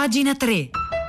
Pagina 3.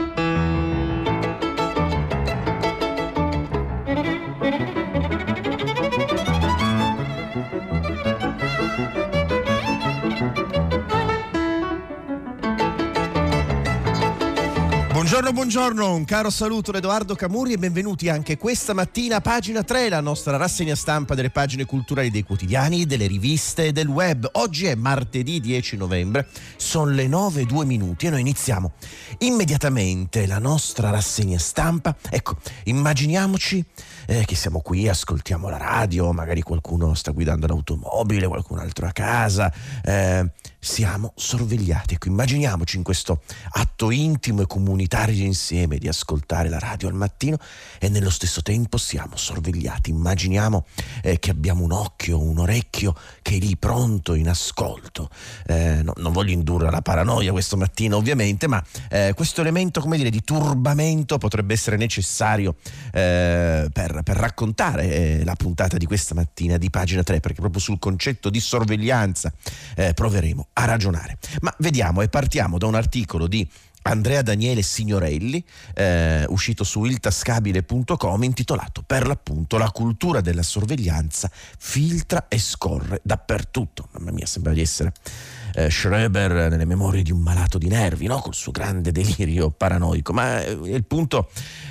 Buongiorno, un caro saluto da Edoardo Camurri e benvenuti anche questa mattina a Pagina 3, la nostra rassegna stampa delle pagine culturali dei quotidiani, delle riviste e del web. Oggi è martedì 10 novembre, sono le 9:02 e noi iniziamo immediatamente la nostra rassegna stampa. Ecco, immaginiamoci che siamo qui, ascoltiamo la radio, magari qualcuno sta guidando l'automobile, qualcun altro a casa, siamo sorvegliati. Ecco, immaginiamoci in questo atto intimo e comunitario insieme di ascoltare la radio al mattino e nello stesso tempo siamo sorvegliati. Immaginiamo che abbiamo un occhio, un orecchio che è lì pronto in ascolto. Non voglio indurre alla paranoia questo mattino ovviamente, ma questo elemento, come dire, di turbamento potrebbe essere necessario per raccontare la puntata di questa mattina di Pagina 3, perché proprio sul concetto di sorveglianza proveremo a ragionare. Ma vediamo e partiamo da un articolo di Andrea Daniele Signorelli, uscito su iltascabile.com, intitolato per l'appunto "La cultura della sorveglianza filtra e scorre dappertutto". Mamma mia, sembra di essere Schreber nelle memorie di un malato di nervi, no? Col suo grande delirio paranoico. Ma il punto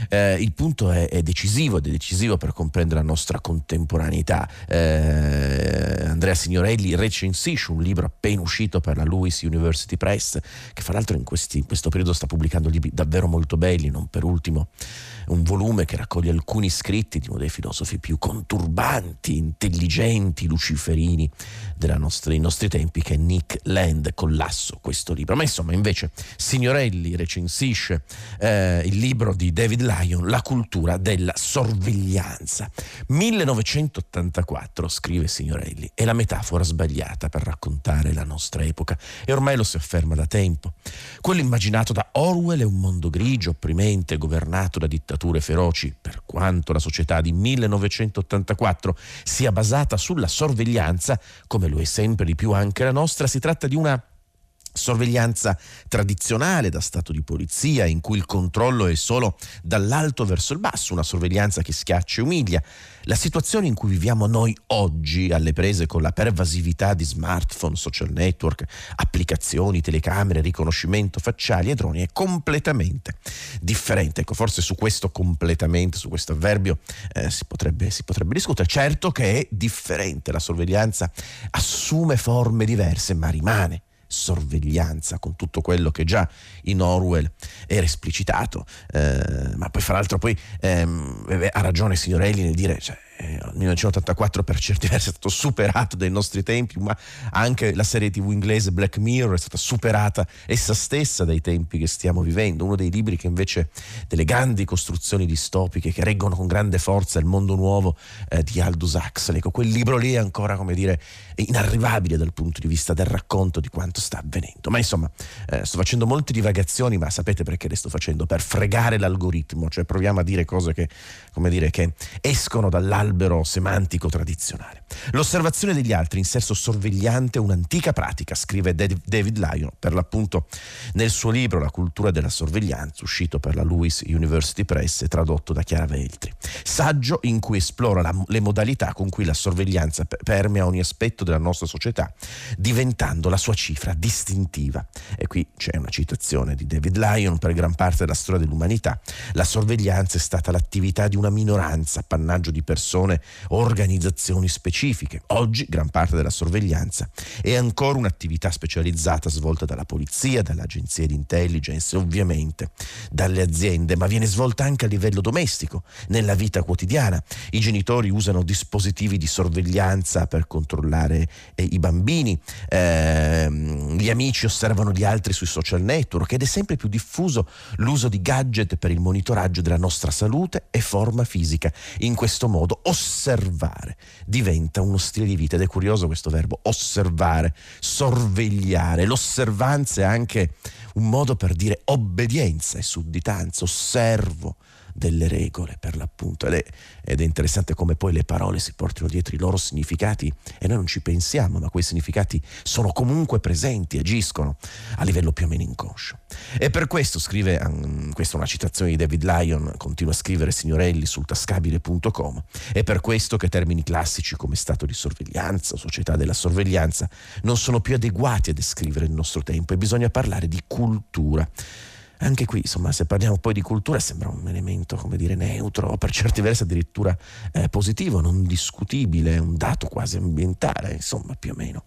è decisivo ed è decisivo per comprendere la nostra contemporaneità. Andrea Signorelli recensisce un libro appena uscito per la Lewis University Press, che fra l'altro in questo periodo sta pubblicando libri davvero molto belli, non per ultimo un volume che raccoglie alcuni scritti di uno dei filosofi più conturbanti, intelligenti, luciferini dei nostri tempi, che è Nick Land. Collasso questo libro. Ma insomma, invece, Signorelli recensisce il libro di David Lyon, La cultura della sorveglianza. 1984, scrive Signorelli, è la metafora sbagliata per raccontare la nostra epoca e ormai lo si afferma da tempo. Quello immaginato da Orwell è un mondo grigio, opprimente, governato da dittature feroci. Per quanto la società di 1984 sia basata sulla sorveglianza, come lo è sempre di più anche la nostra, si tratta di una sorveglianza tradizionale da stato di polizia, in cui il controllo è solo dall'alto verso il basso, una sorveglianza che schiaccia e umilia. La situazione in cui viviamo noi oggi, alle prese con la pervasività di smartphone, social network, applicazioni, telecamere, riconoscimento facciali e droni, è completamente differente. Ecco, forse su questo completamente, su questo avverbio si potrebbe discutere. Certo che è differente, la sorveglianza assume forme diverse, ma rimane sorveglianza, con tutto quello che già in Orwell era esplicitato, ma poi fra l'altro ha ragione Signorelli nel dire, il 1984 per certi versi è stato superato dai nostri tempi, ma anche la serie TV inglese Black Mirror è stata superata essa stessa dai tempi che stiamo vivendo. Uno dei libri che invece, delle grandi costruzioni distopiche che reggono con grande forza il mondo nuovo di Aldous Huxley. Ecco, quel libro lì è ancora, come dire, inarrivabile dal punto di vista del racconto di quanto sta avvenendo. Ma insomma, sto facendo molte divagazioni, ma sapete perché le sto facendo? Per fregare l'algoritmo, cioè proviamo a dire cose che, come dire, che escono dall'albero semantico tradizionale. L'osservazione degli altri in senso sorvegliante è un'antica pratica, scrive David Lyon, per l'appunto nel suo libro La cultura della sorveglianza, uscito per la Lewis University Press e tradotto da Chiara Veltri. Saggio in cui esplora le modalità con cui la sorveglianza permea ogni aspetto della nostra società, diventando la sua cifra distintiva. E qui c'è una citazione di David Lyon: per gran parte della storia dell'umanità la sorveglianza è stata l'attività di una minoranza, appannaggio di persone o organizzazioni specifiche. Oggi gran parte della sorveglianza è ancora un'attività specializzata svolta dalla polizia, dalle agenzie di intelligence e ovviamente dalle aziende, ma viene svolta anche a livello domestico, nella vita quotidiana. I genitori usano dispositivi di sorveglianza per controllare i bambini, gli amici osservano gli altri sui social network ed è sempre più diffuso l'uso di gadget per il monitoraggio della nostra salute e forma fisica. In questo modo osservare diventa uno stile di vita, ed è curioso questo verbo osservare, sorvegliare. L'osservanza è anche un modo per dire obbedienza e sudditanza. Osservo, delle regole, per l'appunto, ed è interessante come poi le parole si portino dietro i loro significati e noi non ci pensiamo, ma quei significati sono comunque presenti, agiscono a livello più o meno inconscio. E per questo scrive, questa è una citazione di David Lyon, continua a scrivere Signorelli sul tascabile.com, è per questo che termini classici come stato di sorveglianza o società della sorveglianza non sono più adeguati a descrivere il nostro tempo e bisogna parlare di cultura. Anche qui, insomma, se parliamo poi di cultura sembra un elemento, come dire, neutro, o per certi versi addirittura positivo, non discutibile, un dato quasi ambientale, insomma, più o meno.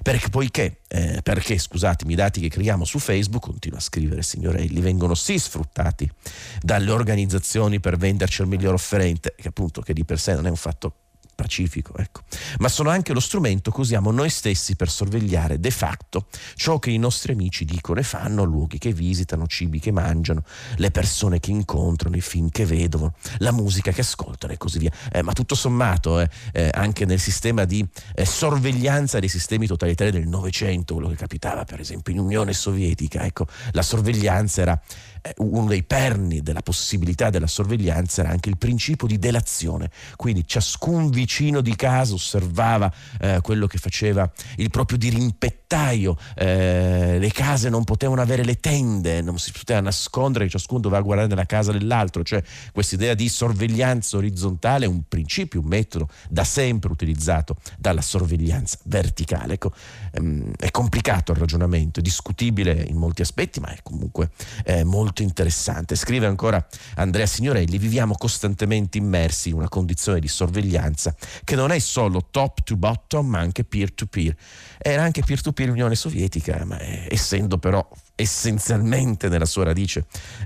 Perché, scusatemi, i dati che creiamo su Facebook, continua a scrivere Signorelli, vengono sì sfruttati dalle organizzazioni per venderci al miglior offerente, che appunto che di per sé non è un fatto pacifico, ecco, ma sono anche lo strumento che usiamo noi stessi per sorvegliare de facto ciò che i nostri amici dicono e fanno, luoghi che visitano, cibi che mangiano, le persone che incontrano, i film che vedono, la musica che ascoltano e così via. Ma tutto sommato anche nel sistema di sorveglianza dei sistemi totalitari del Novecento, quello che capitava per esempio in Unione Sovietica, ecco, la sorveglianza era uno dei perni della possibilità della sorveglianza, era anche il principio di delazione, quindi ciascun vicino di casa osservava quello che faceva il proprio dirimpettaio, le case non potevano avere le tende, non si poteva nascondere, ciascuno doveva guardare nella casa dell'altro, cioè questa idea di sorveglianza orizzontale è un principio, un metodo da sempre utilizzato dalla sorveglianza verticale. Ecco, è complicato il ragionamento, è discutibile in molti aspetti, ma è comunque molto interessante. Scrive ancora Andrea Signorelli: viviamo costantemente immersi in una condizione di sorveglianza che non è solo top to bottom ma anche peer to peer. Era anche peer to peer l'Unione Sovietica, ma essendo però essenzialmente nella sua radice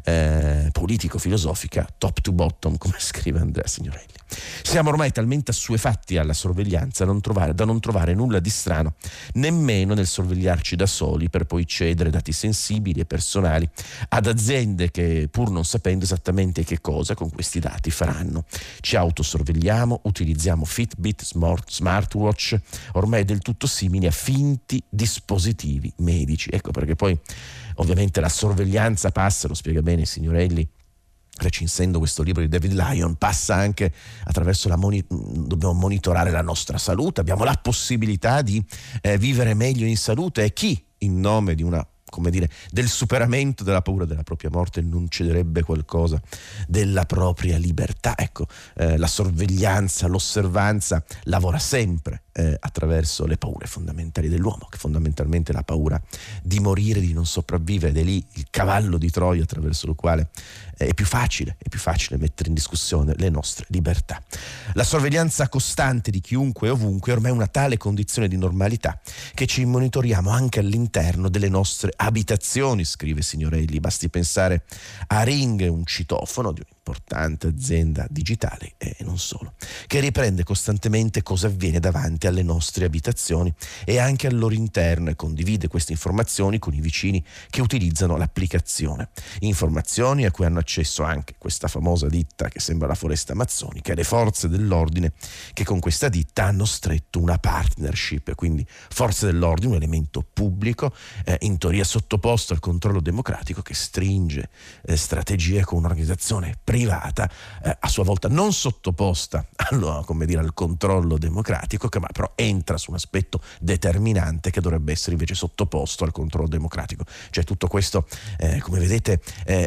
politico-filosofica top to bottom, come scrive Andrea Signorelli. Siamo ormai talmente assuefatti alla sorveglianza da non trovare nulla di strano nemmeno nel sorvegliarci da soli per poi cedere dati sensibili e personali ad aziende che, pur non sapendo esattamente che cosa con questi dati faranno, ci autosorvegliamo, utilizziamo Fitbit, smartwatch, ormai del tutto simili a finti dispositivi medici. Ecco perché poi ovviamente la sorveglianza passa, lo spiega bene Signorelli recensendo questo libro di David Lyon, passa anche attraverso dobbiamo monitorare la nostra salute, abbiamo la possibilità di vivere meglio in salute, e chi in nome di del superamento della paura della propria morte non cederebbe qualcosa della propria libertà? Ecco, la sorveglianza, l'osservanza lavora sempre attraverso le paure fondamentali dell'uomo, che fondamentalmente è la paura di morire, di non sopravvivere, ed è lì il cavallo di Troia attraverso il quale è più facile mettere in discussione le nostre libertà. La sorveglianza costante di chiunque e ovunque è ormai una tale condizione di normalità che ci monitoriamo anche all'interno delle nostre abitazioni, scrive Signorelli. Basti pensare a Ring, un citofono di un'importante azienda digitale e non solo, che riprende costantemente cosa avviene davanti alle nostre abitazioni e anche al loro interno e condivide queste informazioni con i vicini che utilizzano l'applicazione. Informazioni a cui hanno accesso anche questa famosa ditta che sembra la foresta amazzonica e le forze dell'ordine, che con questa ditta hanno stretto una partnership. Quindi forze dell'ordine, un elemento pubblico, in teoria sottoposto al controllo democratico, che stringe strategie con un'organizzazione privata a sua volta non sottoposta al controllo democratico, che ma però entra su un aspetto determinante che dovrebbe essere invece sottoposto al controllo democratico. Cioè tutto questo, come vedete,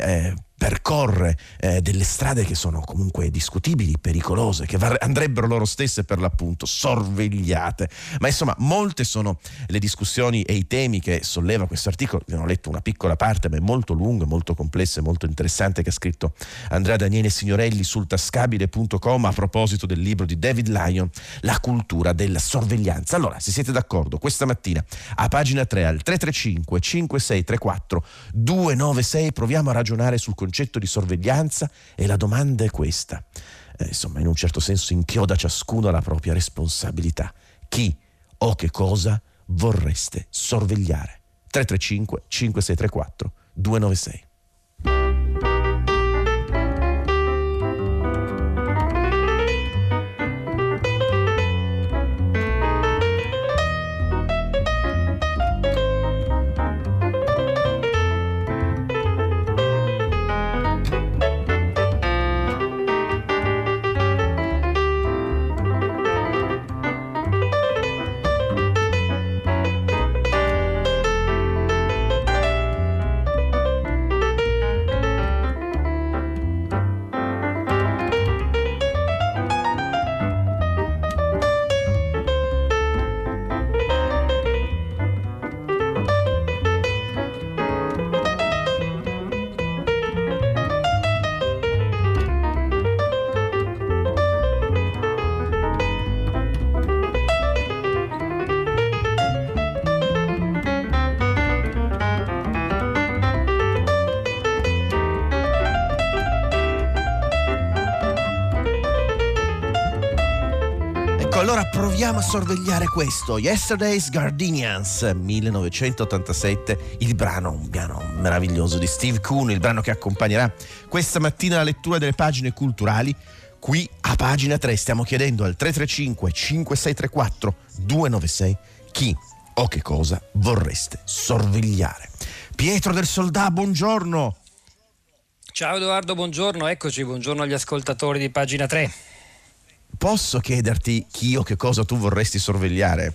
percorre delle strade che sono comunque discutibili, pericolose, che andrebbero loro stesse per l'appunto sorvegliate. Ma insomma, molte sono le discussioni e i temi che solleva questo articolo. Ne ho letto una piccola parte, ma è molto lungo, molto complesso e molto interessante, che ha scritto Andrea Daniele Signorelli sul tascabile.com a proposito del libro di David Lyon, La cultura della sorveglianza. Allora, se siete d'accordo, questa mattina a pagina 3 al 335 5634 296 proviamo a ragionare sul concetto di sorveglianza, e la domanda è questa. Insomma, in un certo senso inchioda ciascuno alla propria responsabilità. Chi o che cosa vorreste sorvegliare? 335 5634 296. Ecco, allora proviamo a sorvegliare questo. Yesterday's Gardenians, 1987, il brano, un brano meraviglioso di Steve Coon, il brano che accompagnerà questa mattina la lettura delle pagine culturali. Qui a pagina 3 stiamo chiedendo al 335 5634 296 chi o che cosa vorreste sorvegliare. Pietro del Soldà, buongiorno. Ciao Edoardo, buongiorno, eccoci, buongiorno agli ascoltatori di pagina 3. Posso chiederti chi o che cosa tu vorresti sorvegliare?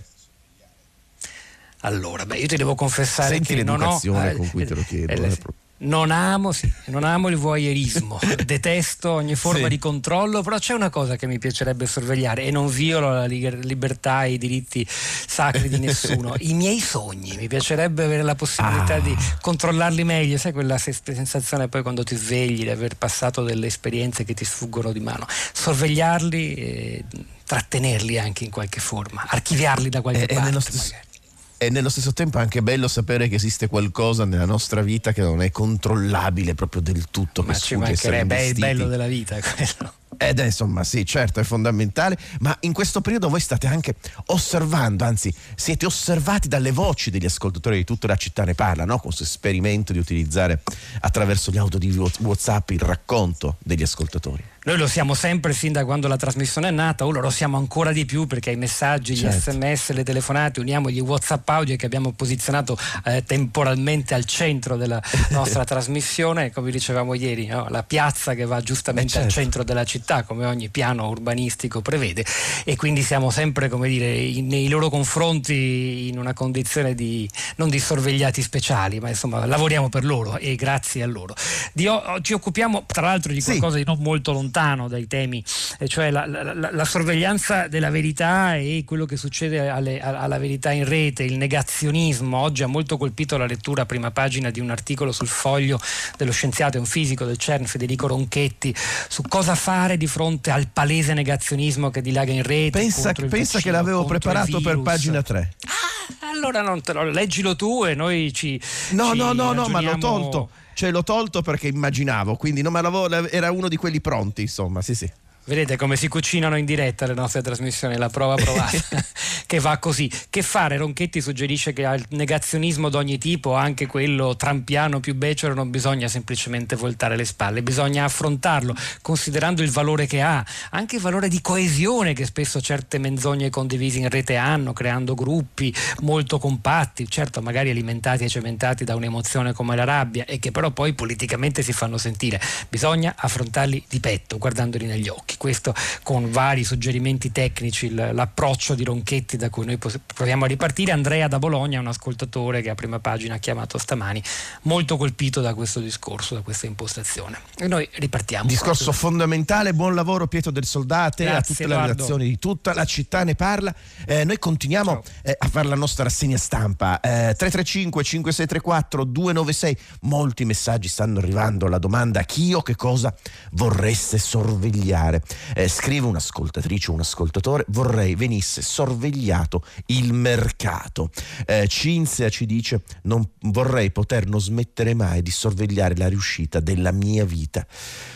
Allora, io ti devo confessare Senti che l'educazione con cui te lo chiedo. Non amo il voyeurismo, detesto ogni forma di controllo, però c'è una cosa che mi piacerebbe sorvegliare e non violo la libertà e i diritti sacri di nessuno, i miei sogni. Mi piacerebbe avere la possibilità di controllarli meglio, sai quella sensazione poi quando ti svegli di aver passato delle esperienze che ti sfuggono di mano, sorvegliarli e trattenerli anche in qualche forma, archiviarli da qualche parte magari. E nello stesso tempo è anche bello sapere che esiste qualcosa nella nostra vita che non è controllabile proprio del tutto. Ma ci mancherebbe, è il bello della vita quello. Ed insomma sì, certo, è fondamentale, ma in questo periodo voi state anche osservando, anzi siete osservati dalle voci degli ascoltatori di tutta la città ne parla, no? Questo esperimento di utilizzare attraverso gli audio di WhatsApp il racconto degli ascoltatori. Noi lo siamo sempre sin da quando la trasmissione è nata, ora lo siamo ancora di più perché i messaggi, gli SMS, le telefonate, uniamo gli WhatsApp audio che abbiamo posizionato temporalmente al centro della nostra trasmissione, come dicevamo ieri, no? La piazza che va giustamente al centro della città, come ogni piano urbanistico prevede, e quindi siamo sempre, come dire, nei loro confronti in una condizione di non di sorvegliati speciali, ma insomma lavoriamo per loro e grazie a loro. Ci occupiamo tra l'altro di qualcosa di non molto lontano dai temi, cioè la sorveglianza della verità e quello che succede alla verità in rete, il negazionismo. Oggi ha molto colpito la lettura a prima pagina di un articolo sul Foglio dello scienziato e un fisico del CERN Federico Ronchetti su cosa fare di fronte al palese negazionismo che dilaga in rete. Pensa vaccino, che l'avevo preparato per pagina 3. Allora non te lo leggilo tu e noi No, ma l'ho tolto. Cioè l'ho tolto perché immaginavo, quindi era uno di quelli pronti, insomma, sì. Vedete come si cucinano in diretta le nostre trasmissioni, la prova provata che va così. Che fare? Ronchetti suggerisce che al negazionismo d'ogni tipo, anche quello trampiano più becero, non bisogna semplicemente voltare le spalle, bisogna affrontarlo considerando il valore che ha, anche il valore di coesione che spesso certe menzogne condivise in rete hanno, creando gruppi molto compatti, certo magari alimentati e cementati da un'emozione come la rabbia e che però poi politicamente si fanno sentire. Bisogna affrontarli di petto, guardandoli negli occhi. Questo con vari suggerimenti tecnici, l'approccio di Ronchetti da cui noi proviamo a ripartire. Andrea da Bologna, un ascoltatore che a prima pagina ha chiamato stamani, molto colpito da questo discorso, da questa impostazione. E noi ripartiamo. Discorso fondamentale, buon lavoro Pietro del Soldà, a te, a tutte le redazioni di tutta la città ne parla. Noi continuiamo a fare la nostra rassegna stampa. 335 5634 296, molti messaggi stanno arrivando alla domanda chi o che cosa vorreste sorvegliare. Scrive un'ascoltatrice, un ascoltatore: vorrei venisse sorvegliato il mercato. Cinzia ci dice: non vorrei poter non smettere mai di sorvegliare la riuscita della mia vita.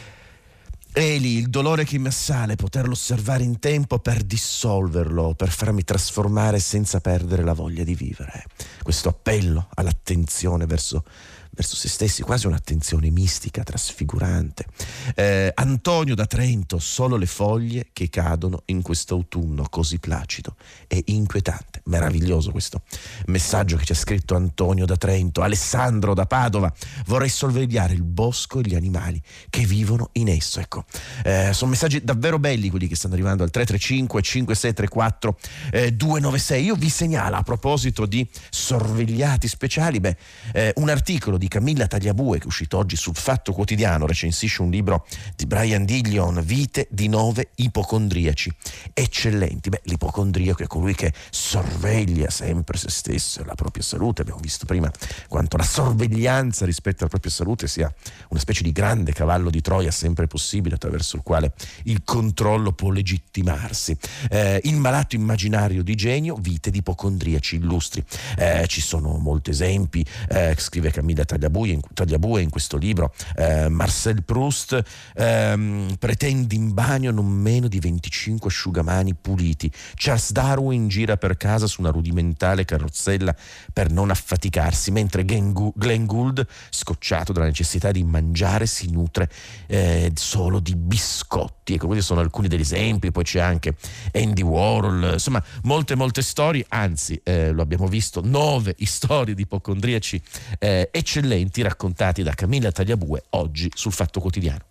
Eli, il dolore che mi assale, poterlo osservare in tempo per dissolverlo, per farmi trasformare senza perdere la voglia di vivere. Questo appello all'attenzione verso se stessi, quasi un'attenzione mistica, trasfigurante. Antonio da Trento: solo le foglie che cadono in questo autunno così placido e inquietante. Meraviglioso questo messaggio che ci ha scritto Antonio da Trento. Alessandro da Padova: vorrei sorvegliare il bosco e gli animali che vivono in esso. Ecco, sono messaggi davvero belli quelli che stanno arrivando al 335 5634 296. Io vi segnalo, a proposito di sorvegliati speciali, un articolo di Camilla Tagliabue che è uscito oggi sul Fatto Quotidiano, recensisce un libro di Brian Dillon, Vite di 9 ipocondriaci eccellenti. L'ipocondriaco è colui che sorveglia sempre se stesso e la propria salute. Abbiamo visto prima quanto la sorveglianza rispetto alla propria salute sia una specie di grande cavallo di Troia sempre possibile, attraverso il quale il controllo può legittimarsi. Il malato immaginario di genio, vite di ipocondriaci illustri. Ci sono molti esempi, scrive Camilla Tagliabue, Tagliabue in questo libro, Marcel Proust pretende in bagno non meno di 25 asciugamani puliti. Charles Darwin gira per casa su una rudimentale carrozzella per non affaticarsi, mentre Glenn Gould, scocciato dalla necessità di mangiare, si nutre solo di biscotti. Ecco, questi sono alcuni degli esempi. Poi c'è anche Andy Warhol, insomma molte storie, anzi lo abbiamo visto, 9 storie di ipocondriaci eccellenti raccontati da Camilla Tagliabue oggi sul Fatto Quotidiano.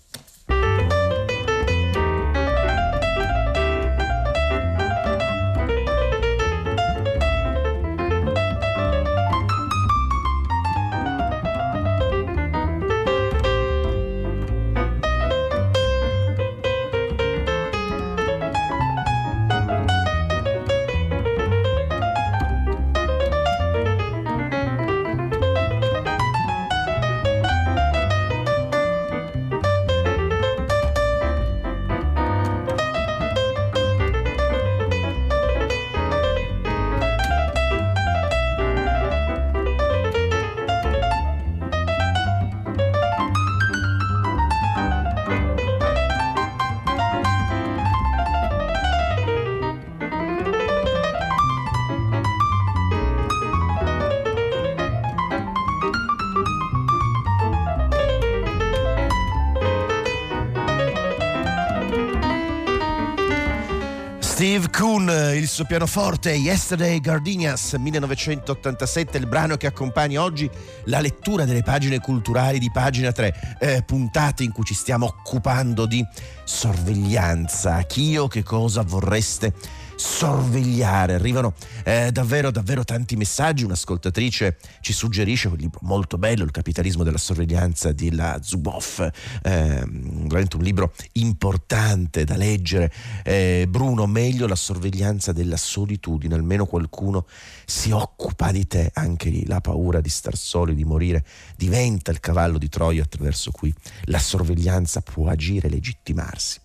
Steve Kuhn, il suo pianoforte, Yesterday Gardenias 1987, il brano che accompagna oggi la lettura delle pagine culturali di Pagina 3, puntate in cui ci stiamo occupando di sorveglianza. Chi o che cosa vorreste sorvegliare? Arrivano davvero tanti messaggi. Un'ascoltatrice ci suggerisce un libro molto bello, Il capitalismo della sorveglianza di La Zuboff, veramente un libro importante da leggere. Bruno, meglio la sorveglianza della solitudine, almeno qualcuno si occupa di te. Anche lì la paura di star soli, di morire, diventa il cavallo di Troia attraverso cui la sorveglianza può agire e legittimarsi.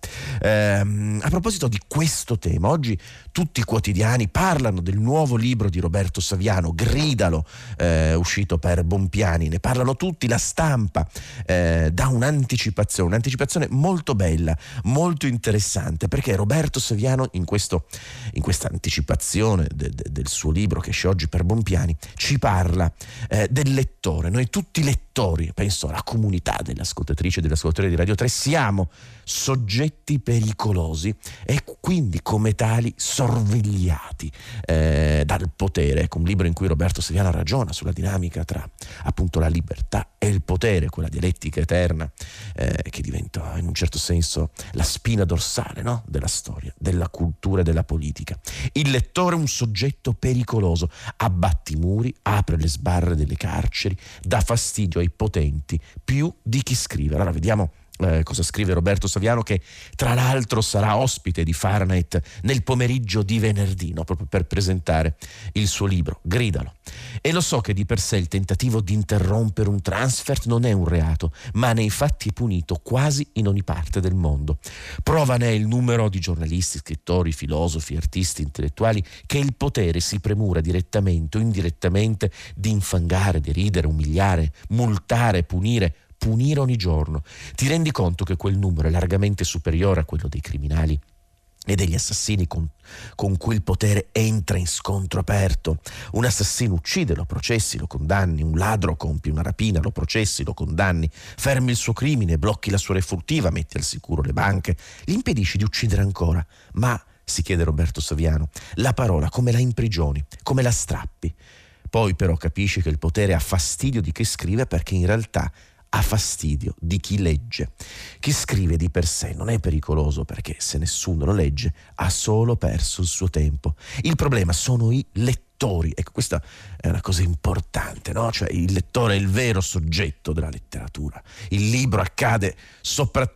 A proposito di questo tema, oggi tutti i quotidiani parlano del nuovo libro di Roberto Saviano, Gridalo, uscito per Bompiani. Ne parlano tutti, la stampa dà un'anticipazione molto bella, molto interessante, perché Roberto Saviano in questa anticipazione del suo libro che esce oggi per Bompiani ci parla del lettore. Noi tutti lettori, penso alla comunità delle ascoltatrici e degli ascoltatori di Radio 3, siamo soggetti pericolosi e quindi come tali sorvegliati dal potere. Ecco, un libro in cui Roberto Saviano ragiona sulla dinamica tra appunto la libertà e il potere, quella dialettica eterna che diventa in un certo senso la spina dorsale, no? Della storia, della cultura e della politica. Il lettore è un soggetto pericoloso, abbatte i muri, apre le sbarre delle carceri, dà fastidio ai potenti più di chi scrive. Allora vediamo cosa scrive Roberto Saviano, che tra l'altro sarà ospite di Fahrenheit nel pomeriggio di venerdì, no? Proprio per presentare il suo libro Gridalo. E lo so che di per sé il tentativo di interrompere un transfert non è un reato, ma nei fatti è punito quasi in ogni parte del mondo. Prova ne è il numero di giornalisti, scrittori, filosofi, artisti, intellettuali che il potere si premura direttamente o indirettamente di infangare, deridere, umiliare, multare, punire ogni giorno. Ti rendi conto che quel numero è largamente superiore a quello dei criminali e degli assassini con cui il potere entra in scontro aperto? Un assassino uccide, lo processi, lo condanni. Un ladro compie una rapina, lo processi, lo condanni. Fermi il suo crimine, blocchi la sua refurtiva, metti al sicuro le banche, gli impedisci di uccidere ancora. Ma, si chiede Roberto Saviano, la parola come la imprigioni, come la strappi? Poi però capisci che il potere ha fastidio di chi scrive, perché in realtà ha fastidio di chi legge. Chi scrive di per sé non è pericoloso, perché se nessuno lo legge ha solo perso il suo tempo. Il problema sono i lettori. Ecco, questa è una cosa importante, no? Cioè il lettore è il vero soggetto della letteratura. Il libro accade soprattutto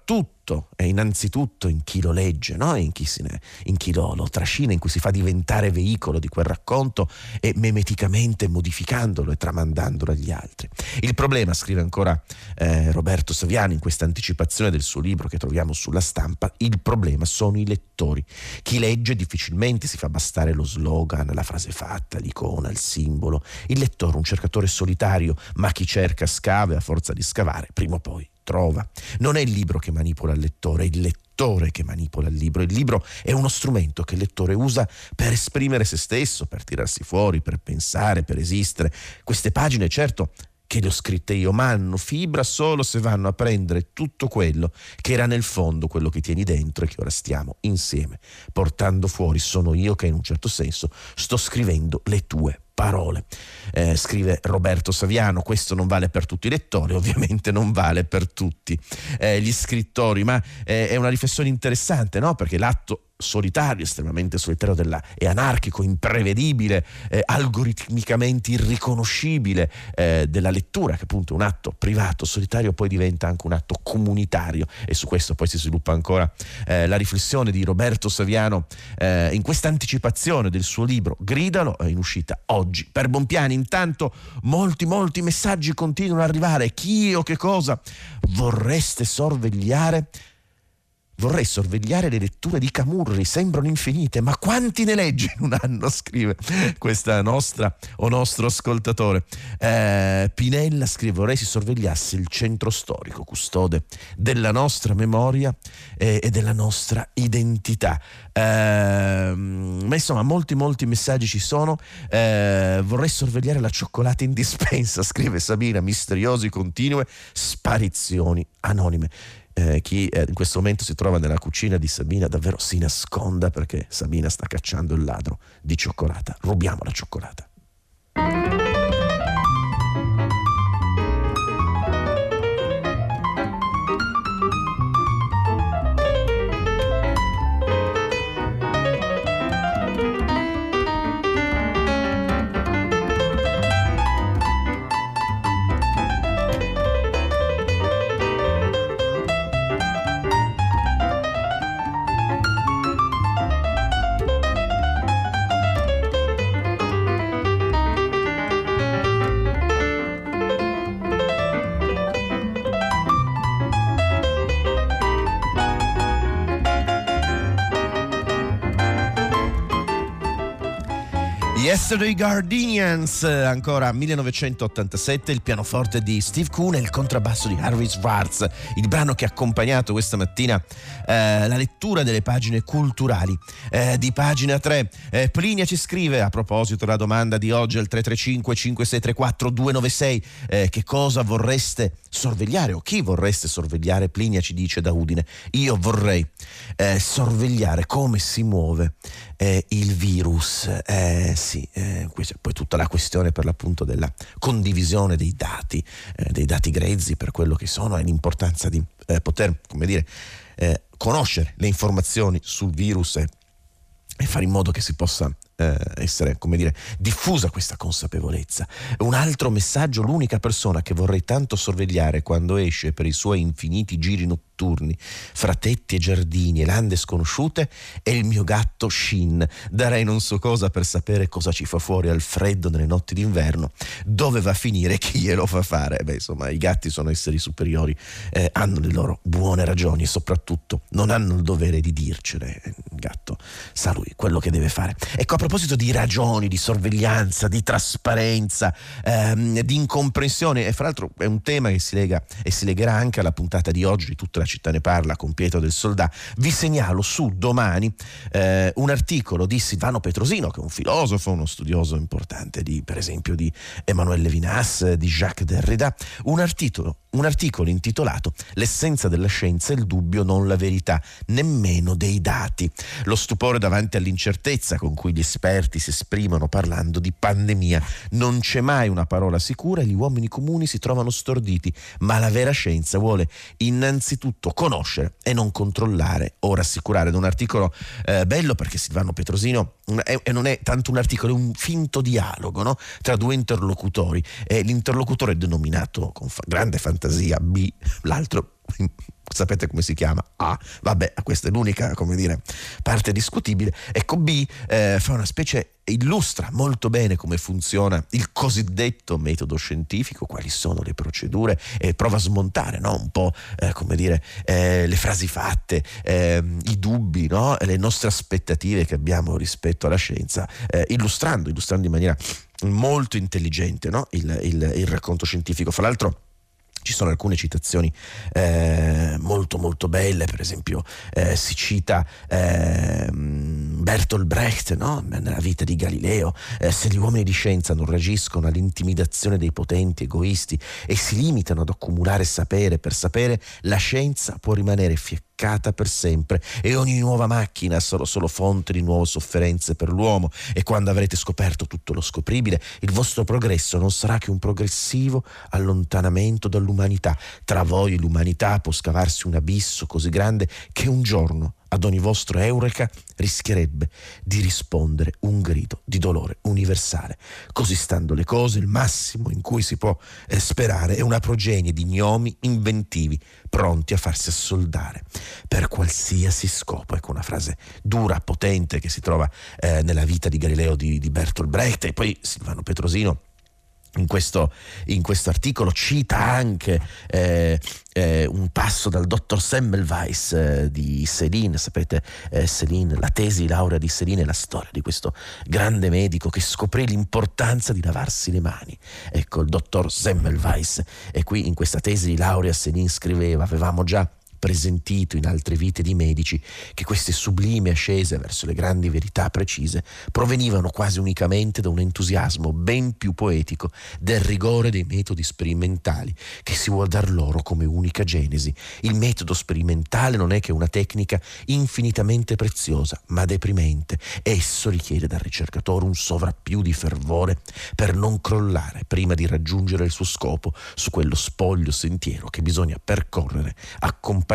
è innanzitutto in chi lo legge, no? In chi lo trascina, in cui si fa diventare veicolo di quel racconto e memeticamente modificandolo e tramandandolo agli altri. Il problema, scrive ancora Roberto Saviano in questa anticipazione del suo libro che troviamo sulla stampa, il problema sono i lettori. Chi legge difficilmente si fa bastare lo slogan, la frase fatta, l'icona, il simbolo. Il lettore, un cercatore solitario, ma chi cerca scava e a forza di scavare prima o poi trova. Non è il libro che manipola il lettore, è il lettore che manipola il libro. Il libro è uno strumento che il lettore usa per esprimere se stesso, per tirarsi fuori, per pensare, per esistere. Queste pagine, certo, che le ho scritte io, ma hanno fibra solo se vanno a prendere tutto quello che era nel fondo, quello che tieni dentro e che ora stiamo insieme portando fuori. Sono io che in un certo senso sto scrivendo le tue parole. Scrive Roberto Saviano. Questo non vale per tutti i lettori, ovviamente non vale per tutti gli scrittori, ma è una riflessione interessante, no? Perché l'atto solitario, estremamente solitario e anarchico, imprevedibile, algoritmicamente irriconoscibile della lettura, che appunto è un atto privato, solitario, poi diventa anche un atto comunitario, e su questo poi si sviluppa ancora la riflessione di Roberto Saviano in questa anticipazione del suo libro Gridalo, in uscita oggi per Bonpiani. Intanto molti messaggi continuano ad arrivare. Chi o che cosa vorreste sorvegliare? Vorrei sorvegliare le letture di Camurri, sembrano infinite, ma quanti ne leggi in un anno? Scrive questa nostro ascoltatore. Pinella scrive: vorrei si sorvegliasse il centro storico, custode della nostra memoria e della nostra identità. Ma insomma molti messaggi ci sono. Vorrei sorvegliare la cioccolata in dispensa, scrive Sabina, misteriosi continue sparizioni anonime. Chi in questo momento si trova nella cucina di Sabina davvero si nasconda, perché Sabina sta cacciando il ladro di cioccolata. Rubiamo la cioccolata. Yesterday Gardenians, ancora 1987, il pianoforte di Steve Kuhn e il contrabbasso di Harvey Schwartz, il brano che ha accompagnato questa mattina la lettura delle pagine culturali di Pagina 3. Plinia ci scrive, a proposito della domanda di oggi al 335 5634 296, che cosa vorreste sorvegliare o chi vorreste sorvegliare? Plinia ci dice da Udine: io vorrei sorvegliare come si muove il virus. Questa è poi tutta la questione per l'appunto della condivisione dei dati grezzi per quello che sono, e l'importanza di poter, come dire, conoscere le informazioni sul virus e fare in modo che si possa essere, come dire, diffusa questa consapevolezza. Un altro messaggio: l'unica persona che vorrei tanto sorvegliare quando esce per i suoi infiniti giri notturni fra tetti e giardini e lande sconosciute è il mio gatto Shin. Darei non so cosa per sapere cosa ci fa fuori al freddo nelle notti d'inverno, dove va a finire, chi glielo fa fare. Insomma, i gatti sono esseri superiori, hanno le loro buone ragioni e soprattutto non hanno il dovere di dircele. Il gatto sa lui quello che deve fare. Ecco, a proposito di ragioni, di sorveglianza, di trasparenza, di incomprensione, e fra l'altro è un tema che si lega e si legherà anche alla puntata di oggi di Tutta la città ne parla con Pietro del Soldà, vi segnalo su Domani un articolo di Silvano Petrosino, che è un filosofo, uno studioso importante per esempio di Emmanuel Levinas, di Jacques Derrida, un articolo intitolato L'essenza della scienza è il dubbio, non la verità, nemmeno dei dati. Lo stupore davanti all'incertezza con cui gli esperti si esprimono parlando di pandemia. Non c'è mai una parola sicura e gli uomini comuni si trovano storditi, ma la vera scienza vuole innanzitutto conoscere e non controllare o rassicurare. Ed è un articolo bello, perché Silvano Petrosino non è tanto un articolo, è un finto dialogo, no? Tra due interlocutori. L'interlocutore è denominato con grande fantasia B, l'altro sapete come si chiama? A. Vabbè, questa è l'unica, parte discutibile. Ecco, B fa una specie, illustra molto bene come funziona il cosiddetto metodo scientifico, quali sono le procedure, e prova a smontare, no? Un po' le frasi fatte, i dubbi, no? Le nostre aspettative che abbiamo rispetto alla scienza, illustrando in maniera molto intelligente, no? il racconto scientifico. Fra l'altro ci sono alcune citazioni molto molto belle, per esempio si cita Bertolt Brecht, no? Nella vita di Galileo, se gli uomini di scienza non reagiscono all'intimidazione dei potenti egoisti e si limitano ad accumulare sapere per sapere, la scienza può rimanere fiaccata per sempre e ogni nuova macchina sarà solo fonte di nuove sofferenze per l'uomo, e quando avrete scoperto tutto lo scopribile, il vostro progresso non sarà che un progressivo allontanamento dall'umanità. Tra voi e l'umanità può scavarsi un abisso così grande che un giorno ad ogni vostro eureka rischierebbe di rispondere un grido di dolore universale. Così stando le cose, il massimo in cui si può sperare è una progenie di gnomi inventivi pronti a farsi assoldare per qualsiasi scopo. Ecco, una frase dura, potente, che si trova nella vita di Galileo di Bertolt Brecht. E poi Silvano Petrosino in questo articolo cita anche un passo dal dottor Semmelweis di Céline. Sapete, Céline, la tesi di laurea di Céline è la storia di questo grande medico che scoprì l'importanza di lavarsi le mani. Ecco, il dottor Semmelweis. E qui in questa tesi di laurea Céline scriveva: avevamo già presentito in altre vite di medici che queste sublimi ascese verso le grandi verità precise provenivano quasi unicamente da un entusiasmo ben più poetico del rigore dei metodi sperimentali che si vuol dar loro come unica genesi. Il metodo sperimentale non è che una tecnica infinitamente preziosa, ma deprimente. Esso richiede dal ricercatore un sovrappiù di fervore per non crollare prima di raggiungere il suo scopo su quello spoglio sentiero che bisogna percorrere accompagnati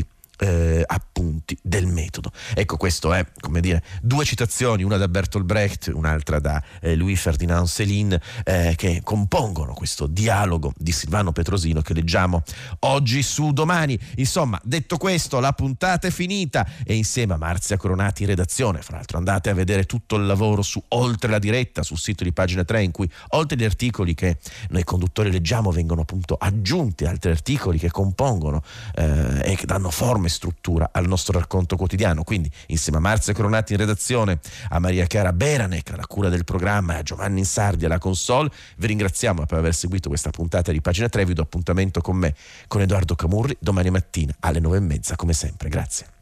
appunti del metodo. Ecco, questo è, due citazioni, una da Bertolt Brecht, un'altra da Louis Ferdinand Céline, che compongono questo dialogo di Silvano Petrosino che leggiamo oggi su Domani. Insomma, detto questo, la puntata è finita e insieme a Marzia Coronati in redazione, fra l'altro andate a vedere tutto il lavoro su Oltre la diretta sul sito di Pagina 3, in cui oltre agli articoli che noi conduttori leggiamo vengono appunto aggiunti altri articoli che compongono e che danno forma e struttura al nostro racconto quotidiano. Quindi insieme a Marzia Coronati in redazione, a Maria Chiara Beranec alla cura del programma e a Giovanni Insardi alla console, vi ringraziamo per aver seguito questa puntata di Pagina 3. Vi do appuntamento con me, con Edoardo Camurri, domani mattina alle 9:30 come sempre. Grazie.